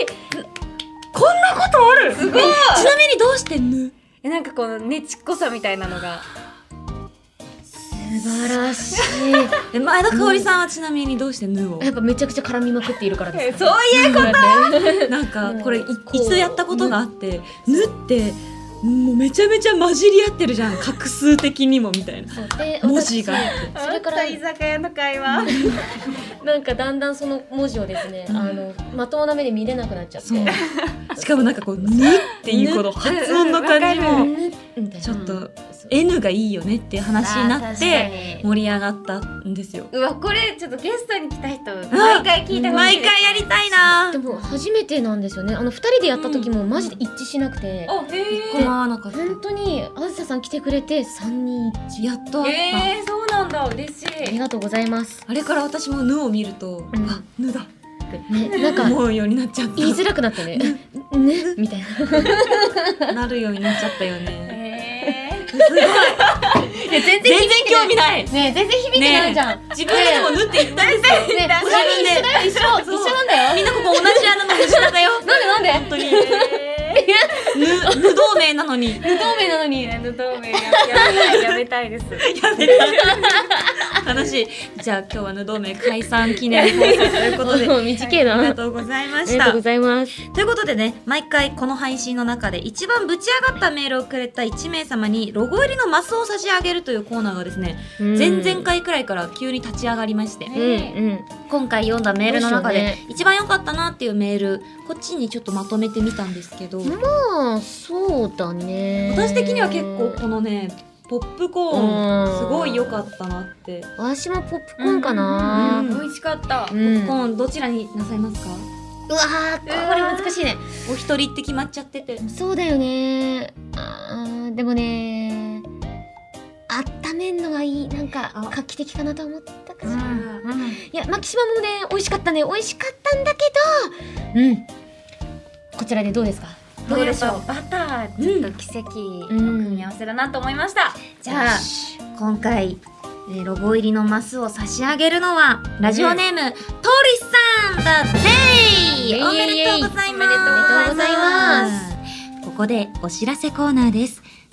すごい。 ちなみにどうしてぬえなんかこのねちっこさみたいなのが。 素晴らしい。 え前田香織さんはちなみにどうしてぬをやっぱめちゃくちゃ絡みまくっているからです。 そういうこと。 なんかこれいこう一度やったことがあってぬってもうめちゃめちゃ混じり合ってるじゃん、画数的にもみたいなそうで、 文字が私それから居酒屋の会話。 なんかだんだんその文字をですね、あのまともな目で見れなくなっちゃって。 そうしかもなんかこう「ぬ」っていうこの発音の感じもぬみたいなちょっとそう N がいいよねっていう話になっあー確てか盛り上がったんですよ。 うわこれちょっとゲストに来た人毎回聞いてほしい毎です。 回やりたいなでも初めてなんですよね。あの二人でやった時もマジで一致しなくて、 おへこまわなかった。 本当にあずささん来てくれて三人一致。 やっとあった、 えー、そうなんだ嬉しい。 ありがとうございます。 あれから私も「ぬ」を見ると「 うんあぬだ」 ね、なんか思うようになっちゃった。 言いづらくなってね、ねみたいな。 なるようになっちゃったよね。 えすごい。 いや全全然興味ない。 ね全然響いてないじゃん。ね自分ででも「ぬ」って言ったんですよ。 ね自分一緒だよ一緒一緒なんだよ。 みんなここ同じ穴の虫だだよ。 なんでなんで？ 本当に。 ー、 ぬ、無同盟なのに。 無透明なのに。 えー、無透明ややめたいやめたいです。 やめた。楽しい。じゃあ今日はぬ同盟解散記念放送ということで。 もう短いな。 ありがあとうございましたりがとうご。ざいます。 ということでね、毎回この配信の中で一番ぶち上がったメールをくれたいち名様にロゴ入りのマスを差し上げるというコーナーがですね、前々回くらいから急に立ち上がりまして、 うんうん。 今回読んだメールの中でどうしようね一番良かったなっていうメール、こっちにちょっとまとめてみたんですけど、 まあそうだね。 私的には結構このね、ポップコーンすごい良かったなって。 私もポップコーンかな。 うん美味しかった。 うんポップコーンどちらになさいますか？ うわーこれ難しいね。 お一人って決まっちゃってて。 そうだよね。あーでもね、温めんのがいい。なんかあ画期的かなと思ったかな。 うんいやマキシマムもね美味しかったね。美味しかったんだけど、うん。こちらでどうですか？ どうでしょう。バターちょっと奇跡の組み合わせだなと思いました。 じゃあ今回、えーロゴ入りのマスを差し上げるのはラジオネーム、トリスさんだぜー。おめでとうございます。 おめでとうございます。 ここでお知らせコーナーです。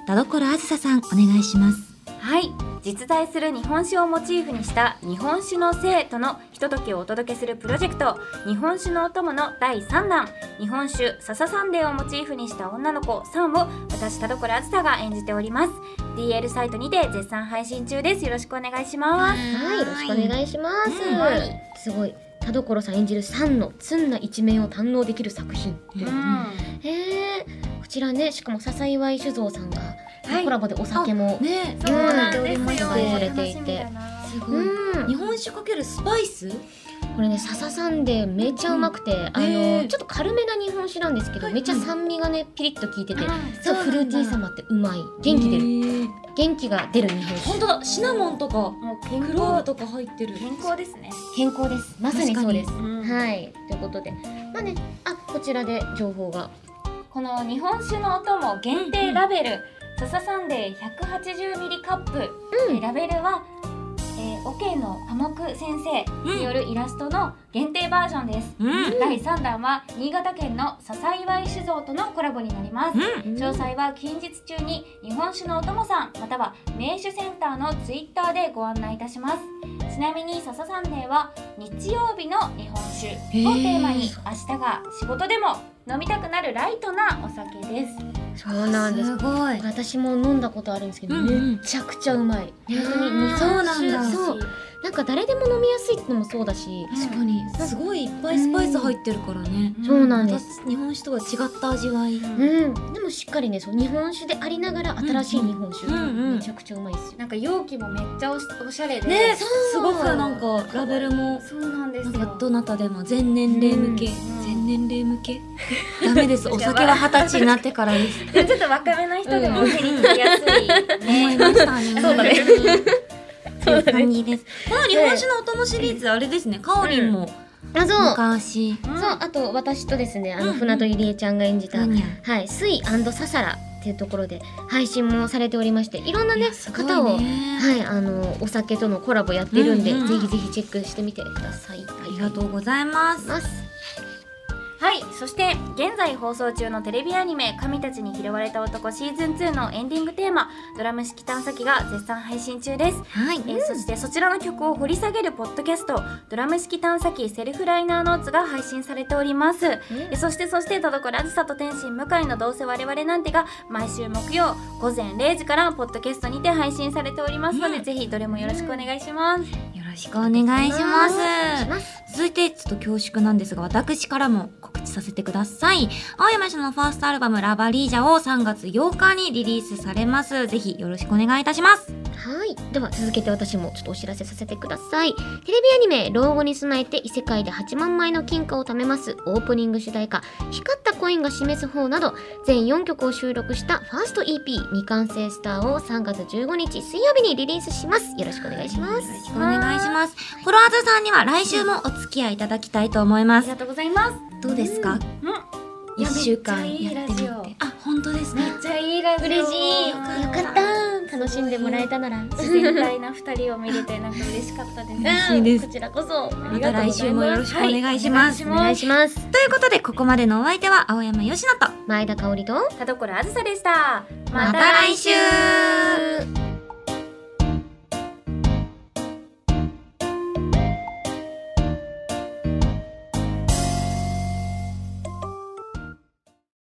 田所あずささんお願いします。 はい、実在する日本酒をモチーフにした日本酒の聖とのひとときをお届けするプロジェクト、日本酒のお供のだいさんだん、日本酒笹サンデーをモチーフにした女の子さんを私田所あずさが演じております。 ディーエル サイトにて絶賛配信中です。よろしくお願いします。 はい、よろしくお願いします。 うんはい、 すごい田所さん演じるさんのツンな一面を堪能できる作品。 うんへえ、こちらね、しかも笹岩酒造さんが、 はい、 コラボでお酒もね、 そうなんですよ、 うん楽しされていみてだな。 すごい、 うん日本酒かけるスパイスこれね、笹サンデーめっちゃうまくて、あへーのちょっと軽めな日本酒なんですけど、 はいめっちゃ酸味がねピリッと効いてて、 うんそうフルーティーさもあってうまい、元気出る、 る。 元気が出る日本酒。 本当だ、シナモンとかもう健クローブ康とか入ってる。 健康ですね。 健康です。まさにそうです。 確かにうんはい、ということで、まあね、あ、こちらで情報が。 この日本酒のお供限定ラベル、笹サンデー ひゃくはちじゅうミリ カップ、 うんえラベルは、えー、オケの科目先生によるイラストの限定バージョンです。 うんだいさんだんは新潟県の笹岩井酒造とのコラボになります。 うん詳細は近日中に日本酒のお供さんまたは名酒センターのツイッターでご案内いたします。ちなみに笹サンデーは日曜日の日本酒をテーマに、明日が仕事でも飲みたくなるライトなお酒です。 そうなんです。 すごい。 私も飲んだことあるんですけど、 うんうんめちゃくちゃうまい。本当に日そう本酒、 なんだそう、なんか誰でも飲みやすいのもそうだし、 確かにすごいいっぱいスパイス入ってるからね。 そうなんです。 また日本酒とは違った味わい。 うん、でもしっかりね、そう日本酒でありながら新しい日本酒、 うんうんめちゃくちゃうまいですよ。 なんか容器もめっちゃおしおしゃれで、 ね、 そうすごくなんかラベルもそうなんですよ。 なんかどなたでも全年齢向け、 うん全年齢向け。ダメです。お酒は二十歳になってからです。 でもちょっと若めの人でも手に取りやすい、 思いましたね。 そうだねそういう感じです。この日本酒のお供シリーズあれですね。かおりんもあ、そう。 昔。 うんそう、あと私とですね、あの、 うん船戸入江ちゃんが演じた、 何やはい、スイササラっていうところで配信もされておりまして、いろんなねいやすごいね方を、はい、あのお酒とのコラボやってるんで、 うんうんぜひぜひチェックしてみてください。 ありがとうございます。 ます。 はい、そして現在放送中のテレビアニメ「神たちに拾われた男」シーズンツーのエンディングテーマ「ドラム式探査機」が絶賛配信中です。 はい。 えーそしてそちらの曲を掘り下げるポッドキャスト「ドラム式探査機セルフライナーノーツ」が配信されております。えーそしてそして田所あずさと天心向井のどうせ我々なんてが毎週木曜午前れいじからポッドキャストにて配信されておりますので、 うんぜひどれもよろしくお願いします。 よろしくお願いします。 します続いてちょっと恐縮なんですが、私からも告知させてください。青山氏のファーストアルバムラバリージャをさんがつようかにリリースされます。ぜひよろしくお願いいたします。 はい。では続けて私もちょっとお知らせさせてください。テレビアニメ、老後に備えて異世界ではちまんまいの金貨を貯めますオープニング主題歌、光ったコインが示す方など、全よんきょくを収録したファースト イーピー 未完成スターをさんがつじゅうごにち水曜日にリリースします。よろしくお願いします。 よろしくお願いします。フォロワーズさんには来週もお付き合いいただきたいと思いますありが。とうございます。 どうですか？ うん一週間いややってみめっちゃいいラジて。あ、本当ですか？ めっちゃいいラジオ。 嬉しい。よかった。楽しんでもらえたなら。 自然体な二人を見れてなんか嬉しかったです。 嬉しいですこちらこそ。 また来週もよろしくお願いします。 お願いします。 ということで、ここまでのお相手は青山よしのと、 前田香織と、 田所あずさでした。 また来週。